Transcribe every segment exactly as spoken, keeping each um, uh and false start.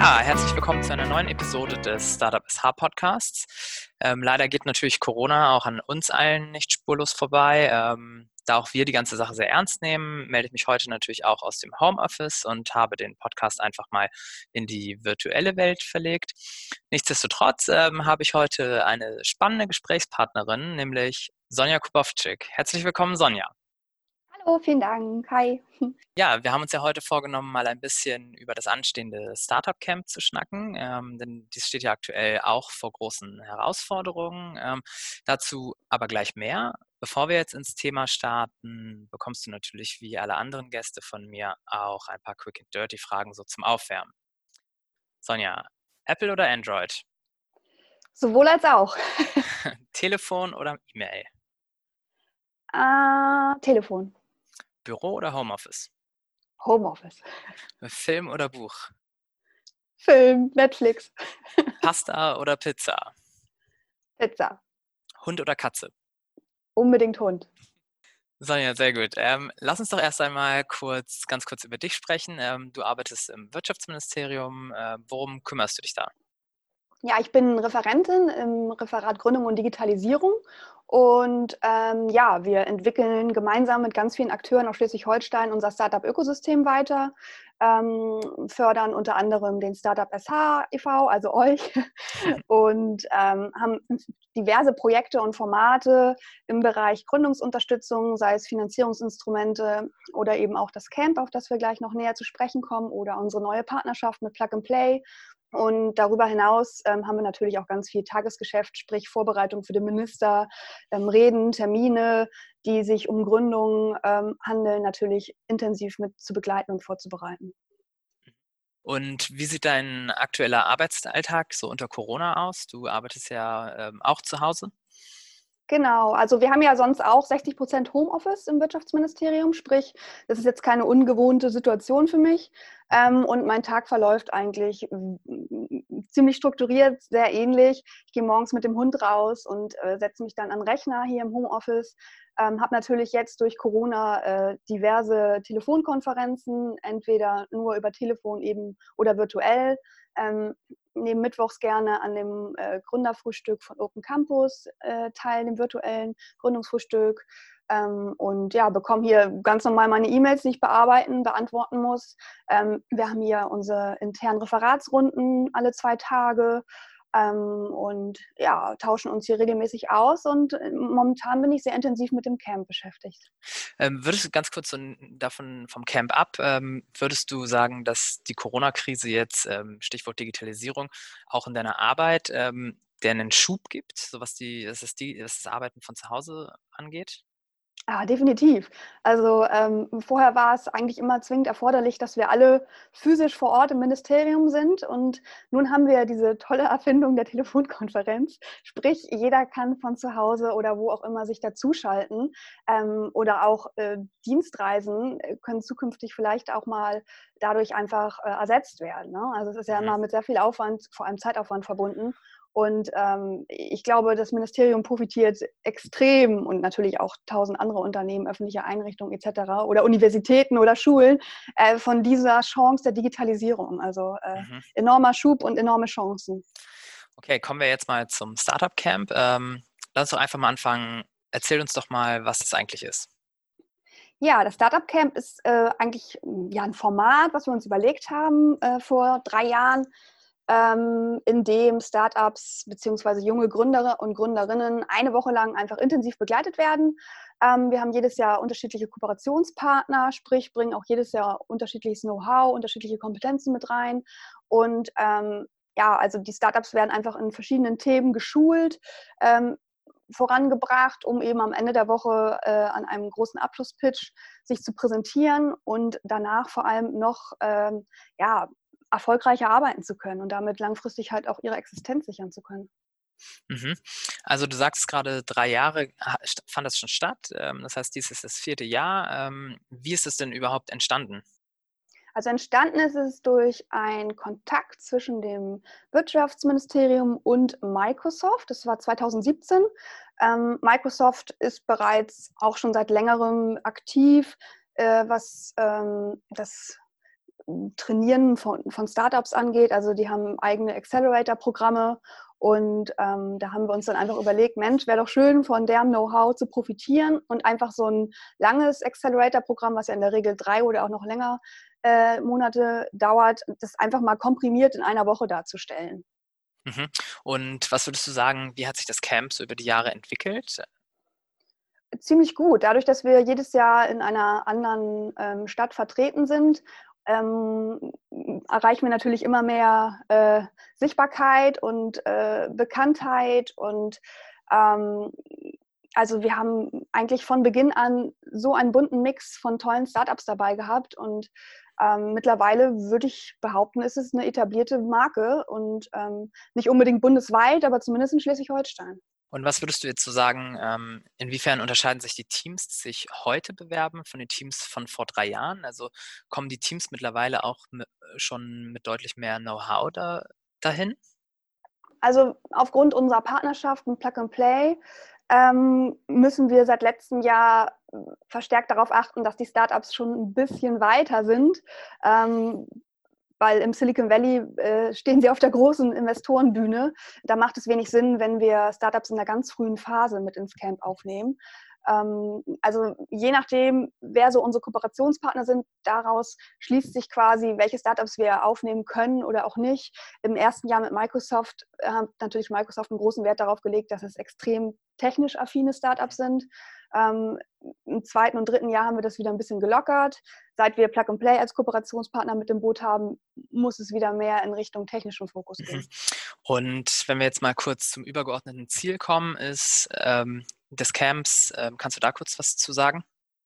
Ja, herzlich willkommen zu einer neuen Episode des Startup S H Podcasts. Ähm, leider geht natürlich Corona auch an uns allen nicht spurlos vorbei. Ähm, da auch wir die ganze Sache sehr ernst nehmen, melde ich mich heute natürlich auch aus dem Homeoffice und habe den Podcast einfach mal in die virtuelle Welt verlegt. Nichtsdestotrotz ähm, habe ich heute eine spannende Gesprächspartnerin, nämlich Sonja Kubowczyk. Herzlich willkommen, Sonja. Hallo, vielen Dank. Hi. Ja, wir haben uns ja heute vorgenommen, mal ein bisschen über das anstehende Startup Camp zu schnacken, ähm, denn dies steht ja aktuell auch vor großen Herausforderungen. Ähm, dazu aber gleich mehr. Bevor wir jetzt ins Thema starten, bekommst du natürlich wie alle anderen Gäste von mir auch ein paar Quick and Dirty Fragen so zum Aufwärmen. Sonja, Apple oder Android? Sowohl als auch. Telefon oder E-Mail? Äh, Telefon. Büro oder Homeoffice? Homeoffice. Film oder Buch? Film, Netflix, Pasta oder Pizza? Pizza. Hund oder Katze? Unbedingt Hund. Sonja, sehr gut. Ähm, lass uns doch erst einmal kurz, ganz kurz über dich sprechen. Ähm, du arbeitest im Wirtschaftsministerium. Äh, worum kümmerst du dich da? Ja, ich bin Referentin im Referat Gründung und Digitalisierung. Und ähm, ja, wir entwickeln gemeinsam mit ganz vielen Akteuren aus Schleswig-Holstein unser Startup-Ökosystem weiter, ähm, fördern unter anderem den Startup S H e V, also euch, und ähm, haben diverse Projekte und Formate im Bereich Gründungsunterstützung, sei es Finanzierungsinstrumente oder eben auch das Camp, auf das wir gleich noch näher zu sprechen kommen, oder unsere neue Partnerschaft mit Plug and Play. Und darüber hinaus ähm, haben wir natürlich auch ganz viel Tagesgeschäft, sprich Vorbereitung für den Minister, ähm, Reden, Termine, die sich um Gründungen ähm, handeln, natürlich intensiv mit zu begleiten und vorzubereiten. Und wie sieht dein aktueller Arbeitsalltag so unter Corona aus? Du arbeitest ja ähm, auch zu Hause. Genau, also wir haben ja sonst auch sechzig Prozent Homeoffice im Wirtschaftsministerium, sprich, das ist jetzt keine ungewohnte Situation für mich. Ähm, und mein Tag verläuft eigentlich ziemlich strukturiert, sehr ähnlich. Ich gehe morgens mit dem Hund raus und äh, setze mich dann an den Rechner hier im Homeoffice. Ähm, habe natürlich jetzt durch Corona äh, diverse Telefonkonferenzen, entweder nur über Telefon eben oder virtuell. Ähm, nehme mittwochs gerne an dem äh, Gründerfrühstück von Open Campus äh, teil, dem virtuellen Gründungsfrühstück. Ähm, und ja, bekomme hier ganz normal meine E-Mails, die ich bearbeiten, beantworten muss. Ähm, wir haben hier unsere internen Referatsrunden alle zwei Tage. Ähm, und ja, tauschen uns hier regelmäßig aus. Und äh, momentan bin ich sehr intensiv mit dem Camp beschäftigt. Ähm, würdest du ganz kurz so davon vom Camp ab, ähm, würdest du sagen, dass die Corona-Krise jetzt, ähm, Stichwort Digitalisierung, auch in deiner Arbeit ähm, der einen Schub gibt, so was die, was das, die, was das Arbeiten von zu Hause angeht? Ja, definitiv. Also ähm, vorher war es eigentlich immer zwingend erforderlich, dass wir alle physisch vor Ort im Ministerium sind. Und nun haben wir diese tolle Erfindung der Telefonkonferenz. Sprich, jeder kann von zu Hause oder wo auch immer sich dazuschalten. Ähm, oder auch äh, Dienstreisen äh, können zukünftig vielleicht auch mal dadurch einfach äh, ersetzt werden. Ne? Also es ist ja Mhm. immer mit sehr viel Aufwand, vor allem Zeitaufwand verbunden. Und ähm, ich glaube, das Ministerium profitiert extrem und natürlich auch tausend andere Unternehmen, öffentliche Einrichtungen et cetera oder Universitäten oder Schulen äh, von dieser Chance der Digitalisierung. Also äh, Mhm. enormer Schub und enorme Chancen. Okay, kommen wir jetzt mal zum Startup Camp. Ähm, lass uns doch einfach mal anfangen. Erzähl uns doch mal, was das eigentlich ist. Ja, das Startup Camp ist äh, eigentlich ja, ein Format, was wir uns überlegt haben äh, vor drei Jahren, ähm, in dem Startups bzw. junge Gründer und Gründerinnen eine Woche lang einfach intensiv begleitet werden. Ähm, wir haben jedes Jahr unterschiedliche Kooperationspartner, sprich bringen auch jedes Jahr unterschiedliches Know-how, unterschiedliche Kompetenzen mit rein. Und ähm, ja, also die Startups werden einfach in verschiedenen Themen geschult, ähm, vorangebracht, um eben am Ende der Woche äh, an einem großen Abschlusspitch sich zu präsentieren und danach vor allem noch ähm, ja, erfolgreicher arbeiten zu können und damit langfristig halt auch ihre Existenz sichern zu können. Mhm. Also du sagst gerade, drei Jahre ha st fand das schon statt. Ähm, das heißt, dies ist das vierte Jahr. Ähm, wie ist es denn überhaupt entstanden? Also entstanden ist es durch einen Kontakt zwischen dem Wirtschaftsministerium und Microsoft. Das war zweitausendsiebzehn. Ähm, Microsoft ist bereits auch schon seit längerem aktiv, äh, was ähm, das Trainieren von, von Startups angeht. Also die haben eigene Accelerator-Programme und ähm, da haben wir uns dann einfach überlegt, Mensch, wäre doch schön, von deren Know-how zu profitieren und einfach so ein langes Accelerator-Programm, was ja in der Regel drei oder auch noch länger äh, Monate dauert, das einfach mal komprimiert in einer Woche darzustellen. Mhm. Und was würdest du sagen, wie hat sich das Camp so über die Jahre entwickelt? Ziemlich gut. Dadurch, dass wir jedes Jahr in einer anderen ähm, Stadt vertreten sind, ähm, erreichen wir natürlich immer mehr äh, Sichtbarkeit und äh, Bekanntheit. Und ähm, also wir haben eigentlich von Beginn an so einen bunten Mix von tollen Startups dabei gehabt. Und ähm, mittlerweile würde ich behaupten, ist es eine etablierte Marke und ähm, nicht unbedingt bundesweit, aber zumindest in Schleswig-Holstein. Und was würdest du jetzt so sagen, ähm, inwiefern unterscheiden sich die Teams, die sich heute bewerben, von den Teams von vor drei Jahren? Also kommen die Teams mittlerweile auch mi- schon mit deutlich mehr Know-how da, dahin? Also aufgrund unserer Partnerschaft mit Plug and Play ähm, müssen wir seit letztem Jahr verstärkt darauf achten, dass die Startups schon ein bisschen weiter sind. Ähm, weil im Silicon Valley äh, stehen sie auf der großen Investorenbühne. Da macht es wenig Sinn, wenn wir Startups in der ganz frühen Phase mit ins Camp aufnehmen. Ähm, also je nachdem, wer so unsere Kooperationspartner sind, daraus schließt sich quasi, welche Startups wir aufnehmen können oder auch nicht. Im ersten Jahr mit Microsoft äh, hat natürlich Microsoft einen großen Wert darauf gelegt, dass es extrem technisch affine Startups sind. Ähm, Im zweiten und dritten Jahr haben wir das wieder ein bisschen gelockert. Seit wir Plug and Play als Kooperationspartner mit dem Boot haben, muss es wieder mehr in Richtung technischen Fokus Mhm. gehen. Und wenn wir jetzt mal kurz zum übergeordneten Ziel kommen, ist ähm, des Camps, ähm, kannst du da kurz was zu sagen?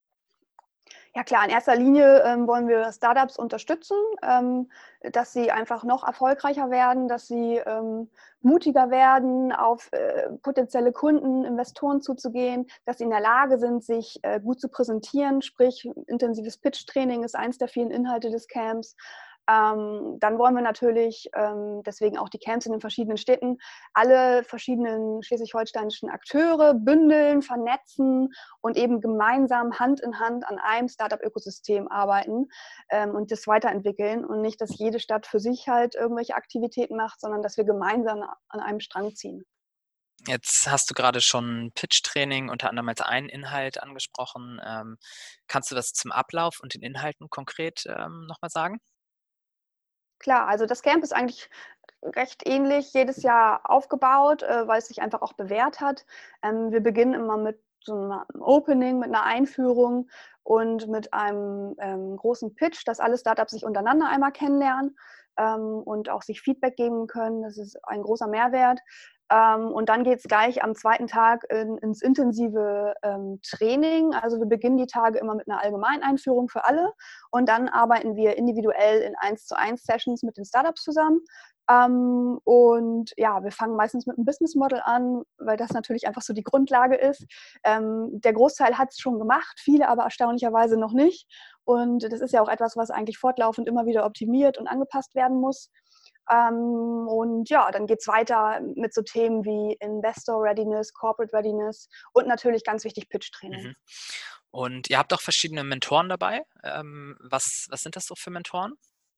Ja klar, in erster Linie ähm, wollen wir Startups unterstützen, ähm, dass sie einfach noch erfolgreicher werden, dass sie ähm, mutiger werden, auf äh, potenzielle Kunden, Investoren zuzugehen, dass sie in der Lage sind, sich äh, gut zu präsentieren, sprich intensives Pitch-Training ist eins der vielen Inhalte des Camps. Ähm, dann wollen wir natürlich, ähm, deswegen auch die Camps in den verschiedenen Städten, alle verschiedenen schleswig-holsteinischen Akteure bündeln, vernetzen und eben gemeinsam Hand in Hand an einem Startup-Ökosystem arbeiten ähm, und das weiterentwickeln und nicht, dass jede Stadt für sich halt irgendwelche Aktivitäten macht, sondern dass wir gemeinsam an einem Strang ziehen. Jetzt hast du gerade schon Pitch-Training unter anderem als einen Inhalt angesprochen. Ähm, kannst du was zum Ablauf und den Inhalten konkret ähm, nochmal sagen? Klar, also das Camp ist eigentlich recht ähnlich jedes Jahr aufgebaut, äh, weil es sich einfach auch bewährt hat. Ähm, wir beginnen immer mit so einem Opening, mit einer Einführung und mit einem ähm, großen Pitch, dass alle Startups sich untereinander einmal kennenlernen ähm, und auch sich Feedback geben können. Das ist ein großer Mehrwert. Ähm, und dann geht es gleich am zweiten Tag in, ins intensive ähm, Training. Also wir beginnen die Tage immer mit einer Allgemeineinführung für alle und dann arbeiten wir individuell in eins zu eins Sessions mit den Startups zusammen. Ähm, und ja, wir fangen meistens mit einem Business Model an, weil das natürlich einfach so die Grundlage ist. Ähm, der Großteil hat es schon gemacht, viele aber erstaunlicherweise noch nicht. Und das ist ja auch etwas, was eigentlich fortlaufend immer wieder optimiert und angepasst werden muss. Ähm, und ja, dann geht es weiter mit so Themen wie Investor Readiness, Corporate Readiness und natürlich ganz wichtig Pitch-Training. Mhm. Und ihr habt auch verschiedene Mentoren dabei. Ähm, was, was sind das so für Mentoren?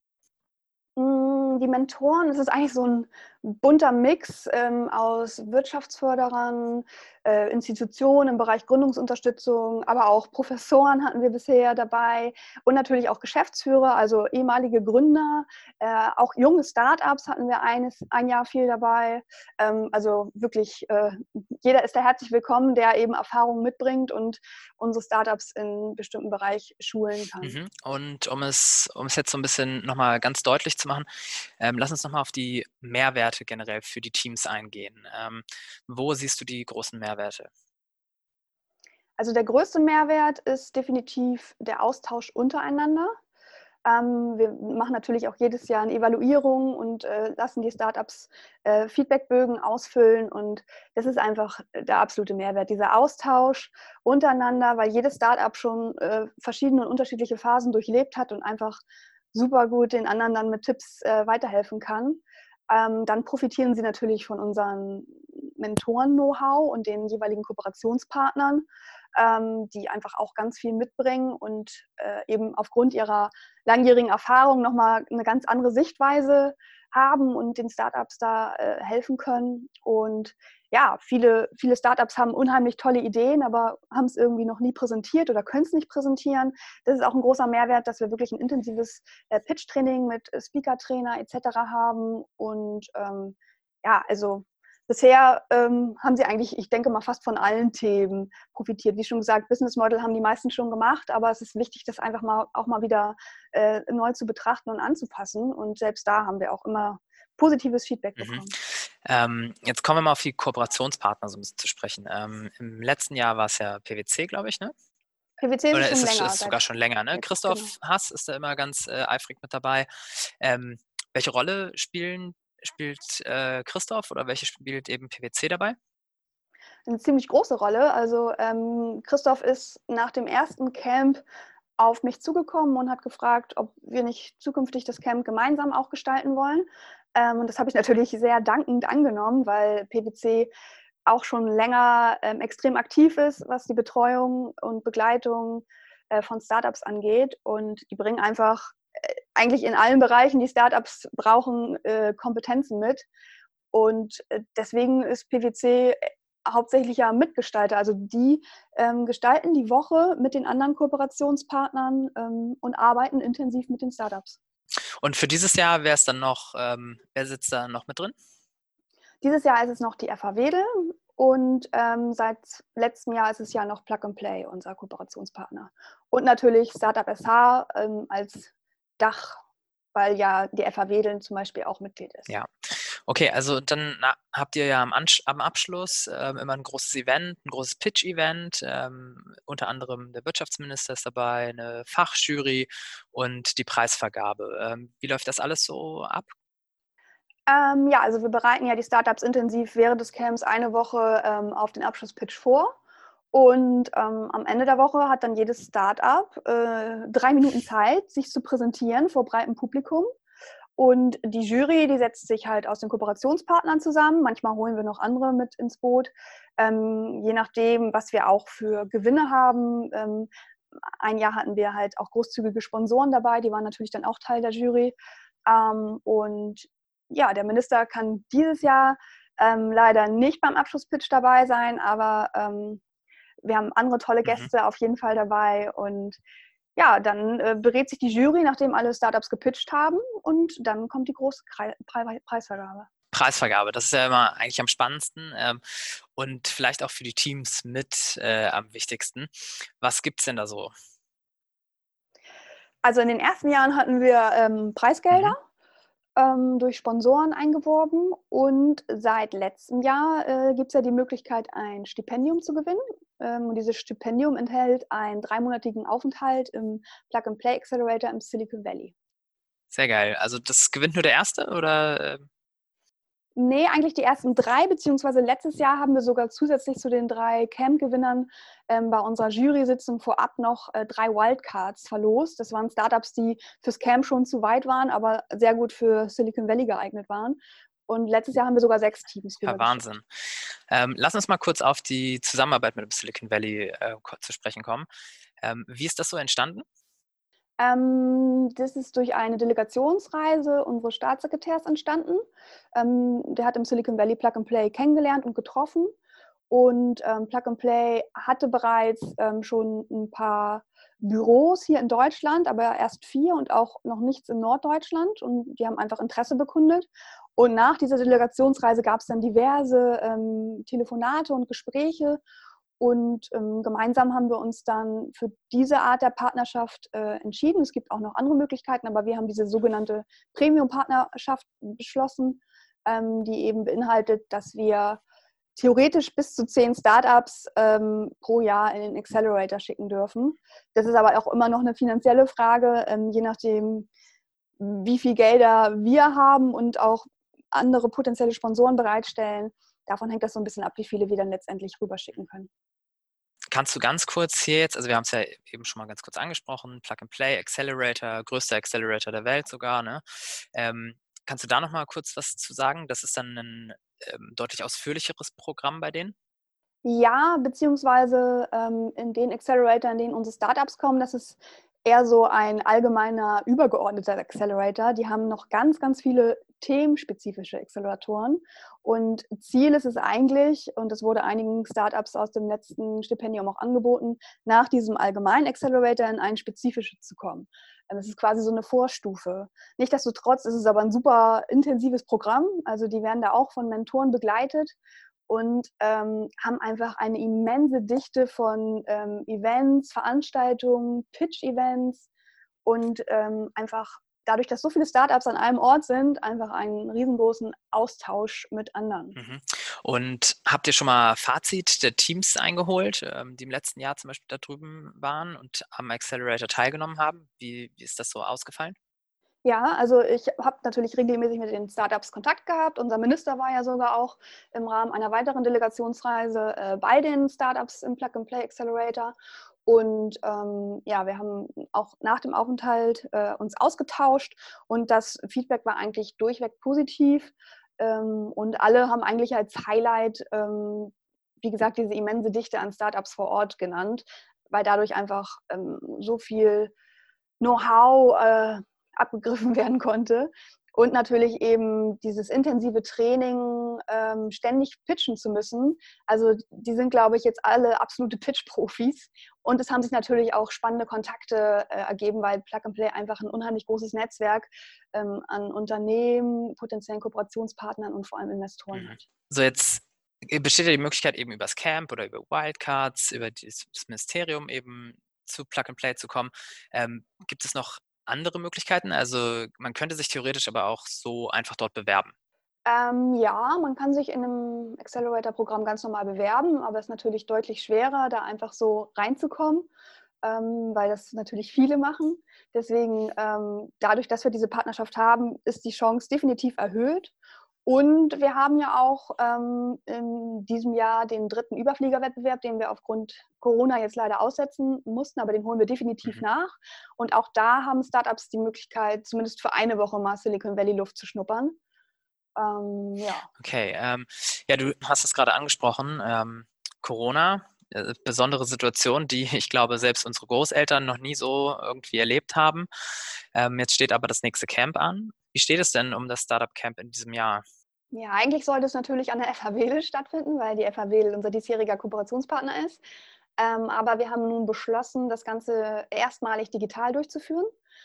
Die Mentoren, das ist eigentlich so ein bunter Mix ähm, aus Wirtschaftsförderern, äh, Institutionen im Bereich Gründungsunterstützung, aber auch Professoren hatten wir bisher dabei und natürlich auch Geschäftsführer, also ehemalige Gründer, äh, auch junge Startups hatten wir eines, ein Jahr viel dabei. Ähm, also wirklich, äh, jeder ist da herzlich willkommen, der eben Erfahrungen mitbringt und unsere Startups in einem bestimmten Bereich schulen kann. Mhm. Und um es, um es jetzt so ein bisschen nochmal ganz deutlich zu machen, ähm, lass uns nochmal auf die Mehrwerte generell für die Teams eingehen. Ähm, wo siehst du die großen Mehrwerte? Also der größte Mehrwert ist definitiv der Austausch untereinander. Ähm, wir machen natürlich auch jedes Jahr eine Evaluierung und äh, lassen die Startups äh, Feedbackbögen ausfüllen. Und das ist einfach der absolute Mehrwert, dieser Austausch untereinander, weil jedes Startup schon äh, verschiedene und unterschiedliche Phasen durchlebt hat und einfach super gut den anderen dann mit Tipps äh, weiterhelfen kann. Ähm, dann profitieren sie natürlich von unseren Mentoren-Know-how und den jeweiligen Kooperationspartnern, ähm, die einfach auch ganz viel mitbringen und äh, eben aufgrund ihrer langjährigen Erfahrung nochmal eine ganz andere Sichtweise haben und den Startups da äh, helfen können. Und ja, viele, viele Startups haben unheimlich tolle Ideen, aber haben es irgendwie noch nie präsentiert oder können es nicht präsentieren. Das ist auch ein großer Mehrwert, dass wir wirklich ein intensives äh, Pitch-Training mit äh, Speaker-Trainer et cetera haben. Und ähm, ja, also bisher ähm, haben sie eigentlich, ich denke mal, fast von allen Themen profitiert. Wie schon gesagt, Business Model haben die meisten schon gemacht, aber es ist wichtig, das einfach mal auch mal wieder äh, neu zu betrachten und anzupassen. Und selbst da haben wir auch immer positives Feedback Mhm. bekommen. Ähm, jetzt kommen wir mal auf die Kooperationspartner so ein bisschen zu sprechen. Ähm, im letzten Jahr war es ja P W C, glaube ich, ne? P W C ist Oder es schon ist es länger. ist sogar Seit, schon länger, ne? ja, Christoph genau. Hass ist da immer ganz äh, eifrig mit dabei. Ähm, welche Rolle spielen, spielt äh, Christoph oder welche spielt eben P W C dabei? Eine ziemlich große Rolle. Also ähm, Christoph ist nach dem ersten Camp auf mich zugekommen und hat gefragt, ob wir nicht zukünftig das Camp gemeinsam auch gestalten wollen. Ähm, und das habe ich natürlich sehr dankend angenommen, weil P W C auch schon länger ähm, extrem aktiv ist, was die Betreuung und Begleitung äh, von Startups angeht. Und die bringen einfach äh, eigentlich in allen Bereichen, die Startups brauchen, äh, Kompetenzen mit. Und äh, deswegen ist P W C hauptsächlich ja Mitgestalter. Also die ähm, gestalten die Woche mit den anderen Kooperationspartnern ähm, und arbeiten intensiv mit den Startups. Und für dieses Jahr wäre es dann noch, ähm, wer sitzt da noch mit drin? Dieses Jahr ist es noch die F A Wedel und ähm, seit letztem Jahr ist es ja noch Plug and Play, unser Kooperationspartner. Und natürlich Startup S H ähm, als Dach, weil ja die F A Wedel zum Beispiel auch Mitglied ist. Ja. Okay, also dann na, habt ihr ja am, Ansch am Abschluss ähm, immer ein großes Event, ein großes Pitch-Event. Ähm, unter anderem der Wirtschaftsminister ist dabei, eine Fachjury und die Preisvergabe. Ähm, wie läuft das alles so ab? Ähm, ja, also wir bereiten ja die Startups intensiv während des Camps eine Woche ähm, auf den Abschlusspitch vor. Und ähm, am Ende der Woche hat dann jedes Startup äh, drei Minuten Zeit, sich zu präsentieren vor breitem Publikum. Und die Jury, die setzt sich halt aus den Kooperationspartnern zusammen. Manchmal holen wir noch andere mit ins Boot, ähm, je nachdem, was wir auch für Gewinne haben. Ähm, ein Jahr hatten wir halt auch großzügige Sponsoren dabei, die waren natürlich dann auch Teil der Jury. Ähm, und ja, der Minister kann dieses Jahr ähm, leider nicht beim Abschlusspitch dabei sein, aber ähm, wir haben andere tolle Mhm. Gäste auf jeden Fall dabei und ja, dann äh, berät sich die Jury, nachdem alle Startups gepitcht haben und dann kommt die große Kre Pre Preisvergabe. Preisvergabe, das ist ja immer eigentlich am spannendsten ähm, und vielleicht auch für die Teams mit äh, am wichtigsten. Was gibt es denn da so? Also in den ersten Jahren hatten wir ähm, Preisgelder Mhm. ähm, durch Sponsoren eingeworben und seit letztem Jahr äh, gibt es ja die Möglichkeit, ein Stipendium zu gewinnen. Ähm, und dieses Stipendium enthält einen dreimonatigen Aufenthalt im Plug-and-Play Accelerator im Silicon Valley. Sehr geil. Also das gewinnt nur der Erste oder? Äh, Nee, eigentlich die ersten drei, beziehungsweise letztes Jahr haben wir sogar zusätzlich zu den drei Camp-Gewinnern ähm, bei unserer Jury-Sitzung vorab noch äh, drei Wildcards verlost. Das waren Startups, die fürs Camp schon zu weit waren, aber sehr gut für Silicon Valley geeignet waren. Und letztes Jahr haben wir sogar sechs Teams Ja, rübergeschickt. Wahnsinn. Ähm, lass uns mal kurz auf die Zusammenarbeit mit dem Silicon Valley äh, ko- zu sprechen kommen. Ähm, wie ist das so entstanden? Ähm, das ist durch eine Delegationsreise unseres Staatssekretärs entstanden. Ähm, der hat im Silicon Valley Plug and Play kennengelernt und getroffen. Und ähm, Plug and Play hatte bereits ähm, schon ein paar Büros hier in Deutschland, aber erst vier und auch noch nichts in Norddeutschland. Und die haben einfach Interesse bekundet. Und nach dieser Delegationsreise gab es dann diverse ähm, Telefonate und Gespräche. Und ähm, gemeinsam haben wir uns dann für diese Art der Partnerschaft äh, entschieden. Es gibt auch noch andere Möglichkeiten, aber wir haben diese sogenannte Premium-Partnerschaft beschlossen, ähm, die eben beinhaltet, dass wir theoretisch bis zu zehn Startups ähm, pro Jahr in den Accelerator schicken dürfen. Das ist aber auch immer noch eine finanzielle Frage, ähm, je nachdem, wie viel Gelder wir haben und auch andere potenzielle Sponsoren bereitstellen. Davon hängt das so ein bisschen ab, wie viele wir dann letztendlich rüberschicken können. Kannst du ganz kurz hier jetzt, also wir haben es ja eben schon mal ganz kurz angesprochen, Plug and Play Accelerator, größter Accelerator der Welt sogar, ne? Ähm, kannst du da noch mal kurz was zu sagen? Das ist dann ein ähm, deutlich ausführlicheres Programm bei denen? Ja, beziehungsweise ähm, in den Accelerator, in denen unsere Startups kommen, das ist eher so ein allgemeiner, übergeordneter Accelerator. Die haben noch ganz, ganz viele themenspezifische Acceleratoren. Und Ziel ist es eigentlich, und das wurde einigen Startups aus dem letzten Stipendium auch angeboten, nach diesem allgemeinen Accelerator in ein spezifisches zu kommen. Das ist quasi so eine Vorstufe. Nichtsdestotrotz ist es aber ein super intensives Programm. Also die werden da auch von Mentoren begleitet und ähm, haben einfach eine immense Dichte von ähm, Events, Veranstaltungen, Pitch-Events und ähm, einfach dadurch, dass so viele Startups an einem Ort sind, einfach einen riesengroßen Austausch mit anderen. Mhm. Und habt ihr schon mal Fazit der Teams eingeholt, ähm, die im letzten Jahr zum Beispiel da drüben waren und am Accelerator teilgenommen haben? Wie, wie ist das so ausgefallen? Ja, also ich habe natürlich regelmäßig mit den Startups Kontakt gehabt. Unser Minister war ja sogar auch im Rahmen einer weiteren Delegationsreise äh, bei den Startups im Plug-and-Play Accelerator. Und ähm, ja, wir haben auch nach dem Aufenthalt äh, uns ausgetauscht und das Feedback war eigentlich durchweg positiv. Ähm, und alle haben eigentlich als Highlight, ähm, wie gesagt, diese immense Dichte an Startups vor Ort genannt, weil dadurch einfach ähm, so viel Know-how äh, abgegriffen werden konnte. Und natürlich eben dieses intensive Training, ähm, ständig pitchen zu müssen. Also die sind, glaube ich, jetzt alle absolute Pitch-Profis. Und es haben sich natürlich auch spannende Kontakte äh, ergeben, weil Plug and Play einfach ein unheimlich großes Netzwerk ähm, an Unternehmen, potenziellen Kooperationspartnern und vor allem Investoren Mhm. hat. So, jetzt äh, besteht ja die Möglichkeit, eben übers Camp oder über Wildcards, über dies, das Ministerium eben zu Plug and Play zu kommen. Ähm, gibt es noch andere Möglichkeiten? Also man könnte sich theoretisch aber auch so einfach dort bewerben. Ähm, ja, man kann sich in einem Accelerator-Programm ganz normal bewerben, aber es ist natürlich deutlich schwerer, da einfach so reinzukommen, ähm, weil das natürlich viele machen. Deswegen, ähm, dadurch, dass wir diese Partnerschaft haben, ist die Chance definitiv erhöht. Und wir haben ja auch ähm, in diesem Jahr den dritten Überfliegerwettbewerb, den wir aufgrund Corona jetzt leider aussetzen mussten, aber den holen wir definitiv Mhm. nach. Und auch da haben Startups die Möglichkeit, zumindest für eine Woche mal Silicon Valley Luft zu schnuppern. Ähm, ja. Okay, ähm, ja, du hast es gerade angesprochen, ähm, Corona, äh, besondere Situation, die ich glaube, selbst unsere Großeltern noch nie so irgendwie erlebt haben. Ähm, jetzt steht aber das nächste Camp an. Wie steht es denn um das Startup Camp in diesem Jahr? Ja, eigentlich sollte es natürlich an der F H Wedel stattfinden, weil die F H Wedel unser diesjähriger Kooperationspartner ist. Ähm, aber wir haben nun beschlossen, das Ganze erstmalig digital durchzuführen.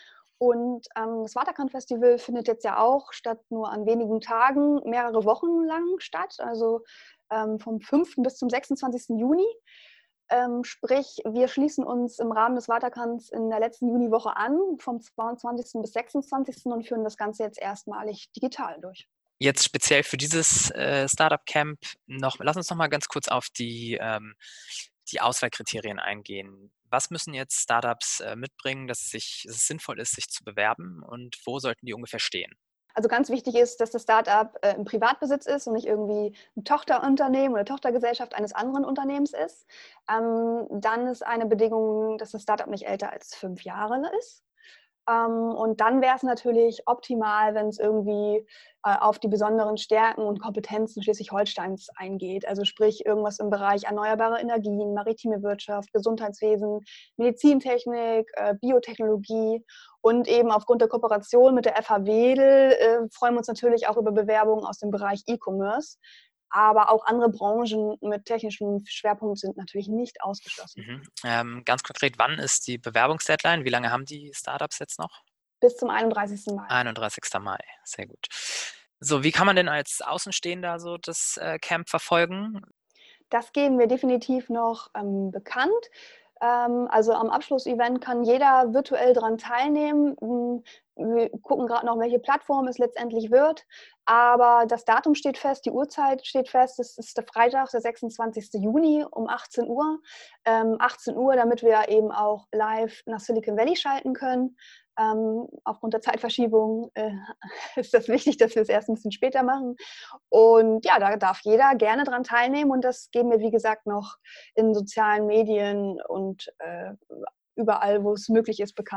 Und ähm, das Waterkant-Festival findet jetzt ja auch statt nur an wenigen Tagen mehrere Wochen lang statt, also ähm, vom fünften bis zum sechsundzwanzigsten Juni. Ähm, sprich, wir schließen uns im Rahmen des Waterkants in der letzten Juniwoche an, vom zweiundzwanzigsten bis sechsundzwanzigsten und führen das Ganze jetzt erstmalig digital durch. Jetzt speziell für dieses äh, Startup Camp noch, lass uns noch mal ganz kurz auf die, ähm, die Auswahlkriterien eingehen. Was müssen jetzt Startups äh, mitbringen, dass es, sich, dass es sinnvoll ist, sich zu bewerben und wo sollten die ungefähr stehen? Also ganz wichtig ist, dass das Startup äh, im Privatbesitz ist und nicht irgendwie ein Tochterunternehmen oder Tochtergesellschaft eines anderen Unternehmens ist. Ähm, dann ist eine Bedingung, dass das Startup nicht älter als fünf Jahre ist. Ähm, und dann wäre es natürlich optimal, wenn es irgendwie äh, auf die besonderen Stärken und Kompetenzen Schleswig-Holsteins eingeht. Also sprich irgendwas im Bereich erneuerbare Energien, maritime Wirtschaft, Gesundheitswesen, Medizintechnik, äh, Biotechnologie. Und eben aufgrund der Kooperation mit der F H Wedel äh, freuen wir uns natürlich auch über Bewerbungen aus dem Bereich E-Commerce. Aber auch andere Branchen mit technischem Schwerpunkt sind natürlich nicht ausgeschlossen. Mhm. Ähm, ganz konkret, wann ist die Bewerbungsdeadline? Wie lange haben die Startups jetzt noch? Bis zum einunddreißigsten Mai. einunddreißigsten Mai, sehr gut. So, wie kann man denn als Außenstehender so das äh, Camp verfolgen? Das geben wir definitiv noch ähm, bekannt. Ähm, also am Abschlussevent kann jeder virtuell daran teilnehmen. Hm, wir gucken gerade noch, welche Plattform es letztendlich wird. Aber das Datum steht fest, die Uhrzeit steht fest. Es ist der Freitag, der sechsundzwanzigsten Juni um achtzehn Uhr. Ähm, achtzehn Uhr, damit wir eben auch live nach Silicon Valley schalten können. Ähm, aufgrund der Zeitverschiebung äh, ist das wichtig, dass wir es erst ein bisschen später machen. Und ja, da darf jeder gerne dran teilnehmen und das geben wir, wie gesagt, noch in sozialen Medien und äh, überall, wo es möglich ist, bekannt.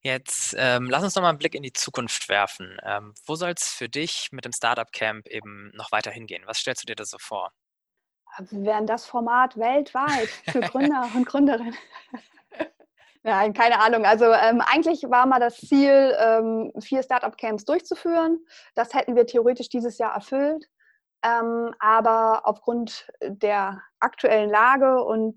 Jetzt ähm, lass uns noch mal einen Blick in die Zukunft werfen. Ähm, wo soll es für dich mit dem Startup Camp eben noch weiter hingehen? Was stellst du dir da so vor? Wir wären das Format weltweit für Gründer und Gründerinnen. Nein, keine Ahnung. Also ähm, eigentlich war mal das Ziel, ähm, vier Startup-Camps durchzuführen. Das hätten wir theoretisch dieses Jahr erfüllt. Ähm, aber aufgrund der aktuellen Lage und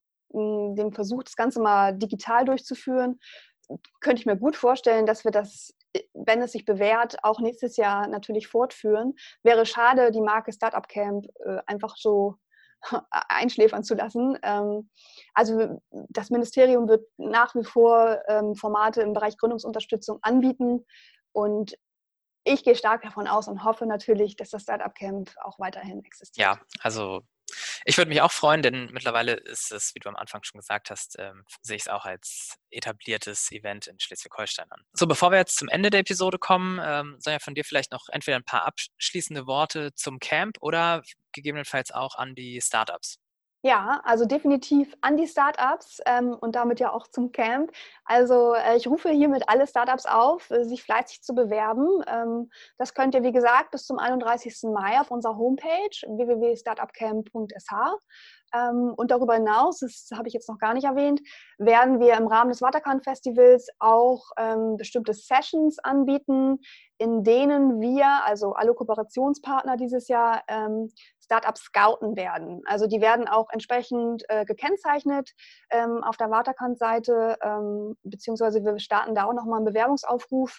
mh, dem Versuch, das Ganze mal digital durchzuführen, könnte ich mir gut vorstellen, dass wir das, wenn es sich bewährt, auch nächstes Jahr natürlich fortführen. Wäre schade, die Marke Startup Camp äh, einfach so einschläfern zu lassen. Ähm, also das Ministerium wird nach wie vor ähm, Formate im Bereich Gründungsunterstützung anbieten und ich gehe stark davon aus und hoffe natürlich, dass das Startup Camp auch weiterhin existiert. Ja, also ich würde mich auch freuen, denn mittlerweile ist es, wie du am Anfang schon gesagt hast, ähm, sehe ich es auch als etabliertes Event in Schleswig-Holstein an. So, bevor wir jetzt zum Ende der Episode kommen, ähm, Sonja, von dir vielleicht noch entweder ein paar abschließende Worte zum Camp oder gegebenenfalls auch an die Startups. Ja, also definitiv an die Startups ähm, und damit ja auch zum Camp. Also äh, ich rufe hiermit alle Startups auf, äh, sich fleißig zu bewerben. Ähm, das könnt ihr, wie gesagt, bis zum einunddreißigsten Mai auf unserer Homepage w w w punkt startupcamp punkt s h. Ähm, und darüber hinaus, das habe ich jetzt noch gar nicht erwähnt, werden wir im Rahmen des Waterkan-Festivals auch ähm, bestimmte Sessions anbieten, in denen wir, also alle Kooperationspartner dieses Jahr, ähm, Startups scouten werden. Also die werden auch entsprechend äh, gekennzeichnet ähm, auf der Waterkant-Seite, ähm, beziehungsweise wir starten da auch nochmal einen Bewerbungsaufruf.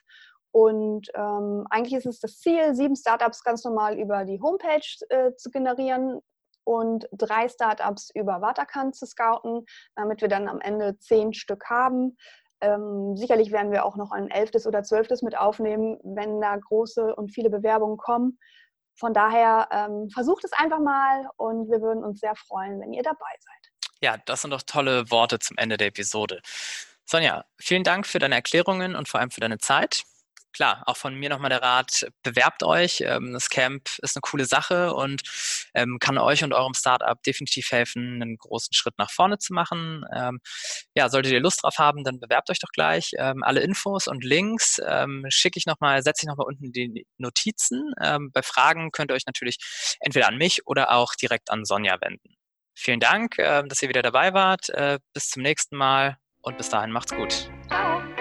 Und ähm, eigentlich ist es das Ziel, sieben Startups ganz normal über die Homepage äh, zu generieren und drei Startups über Waterkant zu scouten, damit wir dann am Ende zehn Stück haben. Ähm, sicherlich werden wir auch noch ein elftes oder zwölftes mit aufnehmen, wenn da große und viele Bewerbungen kommen. Von daher ähm, versucht es einfach mal und wir würden uns sehr freuen, wenn ihr dabei seid. Ja, das sind doch tolle Worte zum Ende der Episode. Sonja, vielen Dank für deine Erklärungen und vor allem für deine Zeit. Klar, auch von mir nochmal der Rat, bewerbt euch. Ähm, das Camp ist eine coole Sache und ähm, kann euch und eurem Startup definitiv helfen, einen großen Schritt nach vorne zu machen. Ähm, ja, solltet ihr Lust drauf haben, dann bewerbt euch doch gleich. Ähm, alle Infos und Links ähm, schicke ich nochmal, setze ich nochmal unten in die Notizen. Ähm, bei Fragen könnt ihr euch natürlich entweder an mich oder auch direkt an Sonja wenden. Vielen Dank, äh, dass ihr wieder dabei wart. Äh, bis zum nächsten Mal und bis dahin macht's gut. Ciao!